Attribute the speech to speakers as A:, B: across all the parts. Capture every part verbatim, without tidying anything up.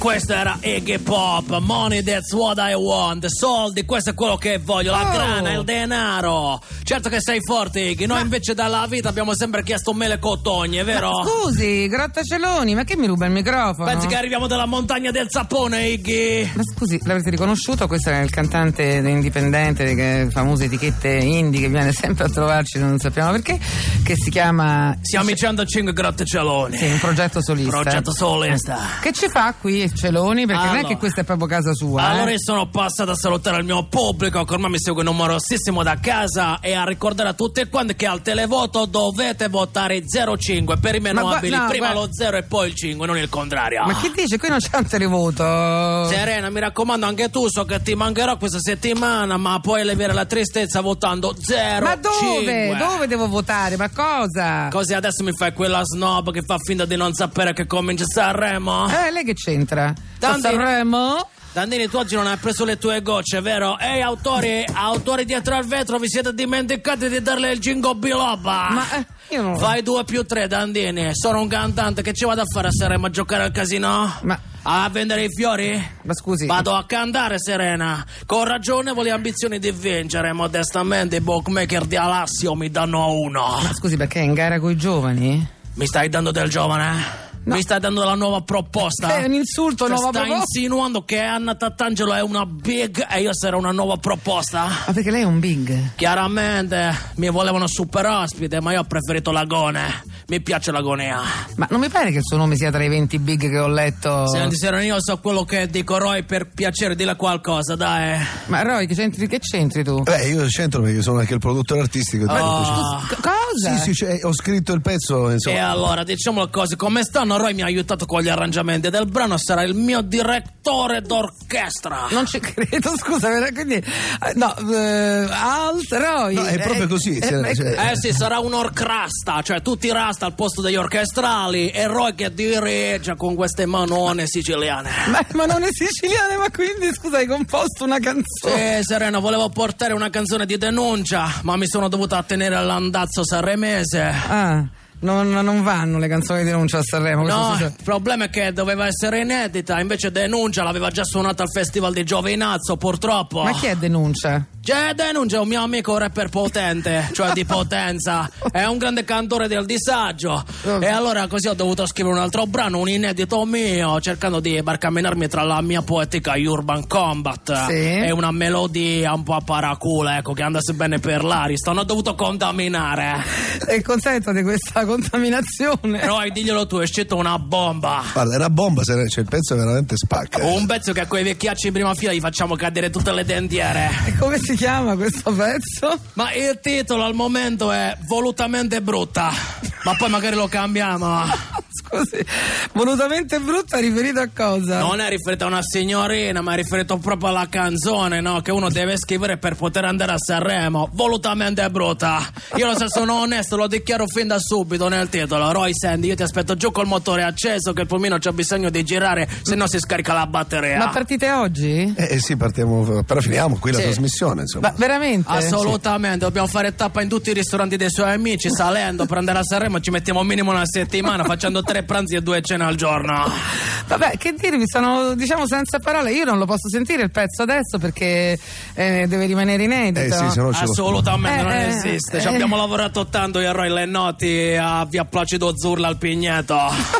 A: Questa era Iggy Pop, Money That's What I Want, soldi, questo è quello che voglio, la
B: Oh.
A: grana, il denaro. Certo che sei forte, Iggy, noi
B: Ma-
A: invece dalla vita abbiamo sempre chiesto mele cotogne, vero?
B: Scusi, Grottaceloni, ma che mi ruba il microfono?
A: Pensi che arriviamo dalla montagna del sapone, Iggy?
B: Ma scusi, l'avete riconosciuto? Questo è il cantante indipendente delle famose etichette indie che viene sempre a trovarci, non sappiamo perché, che si chiama...
A: Siamo i centocinque Grottaceloni.
B: Sì, un progetto solista.
A: Progetto solista.
B: Che ci fa qui Celoni? Perché non è
A: Allora.
B: che questa è proprio casa sua.
A: Allora
B: eh?
A: io sono passato a salutare il mio pubblico che ormai mi segue numerosissimo da casa e a ricordare a tutti quanti che al televoto dovete votare zero cinque per i meno
B: Ma gua-
A: abili,
B: no,
A: prima
B: guarda-
A: lo zero e poi il cinque, non il contrario.
B: Ma che dice? Qui non c'è un televoto.
A: Serena, mi raccomando, anche tu so che ti mancherò questa settimana, ma puoi alleviare la tristezza votando zero
B: Ma dove?
A: cinque.
B: Dove devo votare? Ma cosa?
A: Così adesso mi fai quella snob che fa finta di non sapere che comincia Sanremo?
B: Eh, lei che c'entra?
A: Tanti-
B: Sanremo?
A: Dandini, tu oggi non hai preso le tue gocce, vero? Ehi, autori, autori dietro al vetro, vi siete dimenticati di darle il jingo biloba?
B: Ma eh, io non...
A: Fai due più tre, Dandini. Sono un cantante, che ci vado a fare a Sanremo? A giocare al casino?
B: Ma...
A: A vendere i fiori?
B: Ma scusi.
A: Vado a cantare, Serena. Con ragionevoli ambizioni di vincere. Modestamente i bookmaker di Alassio mi danno uno.
B: Ma scusi, perché è in gara coi giovani?
A: Mi stai dando del giovane?
B: No.
A: Mi stai dando la nuova proposta?
B: È un insulto,
A: Cioè,
B: nuova
A: stai
B: proposta.
A: insinuando che Anna Tattangelo è una big e io sarò una nuova proposta?
B: Ma perché lei è un big?
A: Chiaramente mi volevano super ospite, ma io ho preferito l'agone. Mi piace l'agonia.
B: Ma non mi pare che il suo nome sia tra i venti big che ho letto.
A: Senti, Serena, io so quello che dico, Roy, per piacere, dille qualcosa, dai.
B: Ma Roy, che c'entri, che c'entri tu?
C: Beh, io c'entro perché sono anche il produttore artistico.
A: Oh.
B: C- cosa?
C: Sì, sì, cioè, ho scritto il pezzo, insomma.
A: E allora, diciamo le cose come stanno. Roy mi ha aiutato con gli arrangiamenti del brano, sarà il mio direttore d'orchestra.
B: Non ci credo, scusa, vera- quindi eh, no, eh, alt Roy.
C: No, è proprio così,
B: eh,
C: se-
B: eh,
C: cioè-
A: Eh sì, sarà un'orcrasta, cioè tutti rasta al posto degli orchestrali e Roy che direggia con queste manone siciliane.
B: ma, ma non è siciliano, ma quindi scusa, hai composto una canzone.
A: Sì, Serena, volevo portare una canzone di denuncia, ma mi sono dovuta attenere all'andazzo sanremese.
B: Ah, non, non vanno le canzoni di denuncia a Sanremo. questo
A: No,
B: si sa.
A: il problema è che doveva essere inedita, invece denuncia l'aveva già suonata al Festival di Giovinazzo, purtroppo.
B: Ma chi è denuncia?
A: Cioè, denuncia è un mio amico rapper potente, cioè di potenza. È un grande cantore del disagio. E allora così ho dovuto scrivere un altro brano, un inedito mio, cercando di barcamenarmi tra la mia poetica Urban Combat
B: Sì.
A: e una melodia un po' a paraculo, ecco, che andasse bene per l'Ariston. Ho dovuto contaminare.
B: È contento di questa contaminazione?
A: Roy, diglielo tu, è uscita una bomba.
C: Guarda, era bomba, se- cioè, il pezzo veramente spacca.
A: Un pezzo che a quei vecchiacci in prima fila gli facciamo cadere tutte le dentiere.
B: E come si chiama questo pezzo?
A: Ma il titolo al momento è Volutamente brutta. Ma poi magari lo cambiamo.
B: Scusi, volutamente brutta riferito a cosa?
A: Non è riferito a una signorina, ma è riferito proprio alla canzone, no? Che uno deve scrivere per poter andare a Sanremo. Volutamente brutta. Io lo so, sono onesto, lo dichiaro fin da subito nel titolo. Roy, senti, io ti aspetto giù col motore acceso, che il pulmino c'ha bisogno di girare, se no si scarica la batteria.
B: Ma partite oggi?
C: Eh, eh, sì, partiamo, però finiamo qui la
A: Sì.
C: trasmissione, insomma.
B: Ma veramente?
A: Assolutamente, dobbiamo fare tappa in tutti i ristoranti dei suoi amici, salendo per andare a Sanremo ci mettiamo minimo una settimana, facendo tre pranzi e due cene al giorno.
B: Vabbè, che dirvi, sono diciamo senza parole. Io non lo posso sentire il pezzo adesso perché eh, deve rimanere inedito.
C: Eh sì, se no ce lo
A: Assolutamente
B: Eh,
A: non
B: eh,
A: esiste. Ci
B: eh.
A: abbiamo lavorato tanto io e Roy le noti a via Placido Zurla al Pigneto.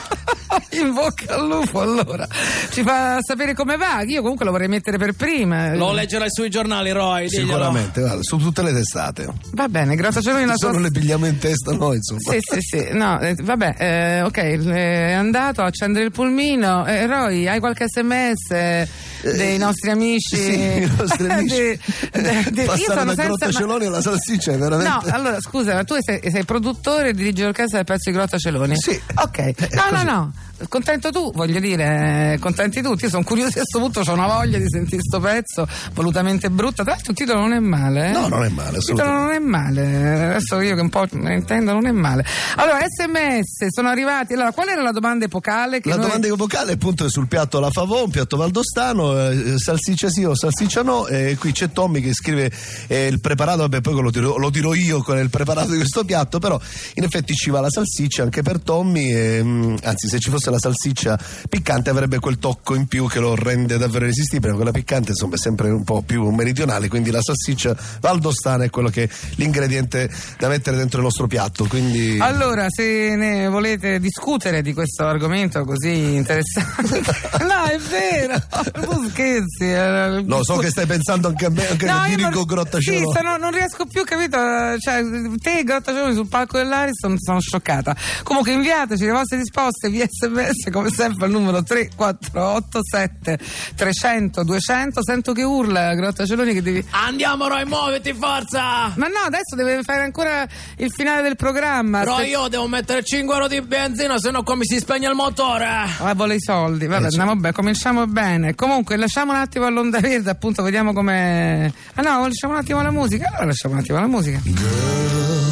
B: In bocca al lupo, allora. Ci fa sapere come va. Io comunque lo vorrei mettere per prima.
A: Lo leggerai sui giornali, Roy, diglielo.
C: Sicuramente, guarda, su tutte le testate.
B: Va bene, Grottaceloni la
C: Se
B: sua...
C: non le pigliamo in testa noi, insomma.
B: Sì, sì, sì, no, eh, vabbè, eh, ok, è andato a accendere il pulmino. Eh, Roy, hai qualche sms dei nostri amici?
C: Sì, i nostri amici.
B: Di- di- di- io
C: Passare
B: sono
C: da
B: senza...
C: Grottaceloni alla salsiccia è veramente...
B: No, allora scusa, ma tu sei, sei produttore e dirigi l'orchestra del pezzo di Grottaceloni?
C: Sì.
B: Ok,
C: È
B: no, no,
C: così.
B: no. Contento tu, voglio dire, contenti tutti. Io sono curioso a questo punto, c'ho una voglia di sentire sto pezzo, volutamente brutta. Tra l'altro il titolo non è male, eh?
C: No, non è male,
B: Il titolo non è male, adesso io che un po' ne intendo non è male. Allora, sms sono arrivati. Allora, qual era la domanda epocale? Che
C: La
B: noi...
C: domanda vocale appunto è sul piatto alla Favò, un piatto valdostano, eh, salsiccia sì o salsiccia no, e qui c'è Tommy che scrive eh, il preparato, vabbè poi lo tiro, lo tiro io con il preparato di questo piatto, però in effetti ci va la salsiccia anche per Tommy, e, mh, anzi se ci fosse la la salsiccia piccante avrebbe quel tocco in più che lo rende davvero irresistibile. Quella piccante insomma è sempre un po' più meridionale, quindi la salsiccia valdostana è quello che è l'ingrediente da mettere dentro il nostro piatto. Quindi
B: allora, se ne volete discutere di questo argomento così interessante no, è vero, tu scherzi. Eh,
C: no, so che stai pensando anche a me, anche
B: no,
C: a Dirigo
B: non,
C: Grottacielo.
B: Sì, sono, non riesco più, capito? Cioè, te e Grottacielo sul palco dell'Ariston, sono scioccata. Comunque inviateci le vostre risposte via sms come sempre al numero tre quattro otto sette trecento duecento. Sento che urla Grottacieloni che devi...
A: Andiamo Roy, muoviti, forza!
B: Ma no, adesso deve fare ancora il finale del programma.
A: Roy,
B: Aspe...
A: io devo mettere cinque euro di benzina, se no come si spegne il motore?
B: Ah, vuole i soldi. Vabbè, andiamo bene, cominciamo bene. Comunque lasciamo un attimo all'Onda Verde, appunto, vediamo come... Ah no, lasciamo un attimo la musica. Allora lasciamo un attimo la musica.
C: Girl.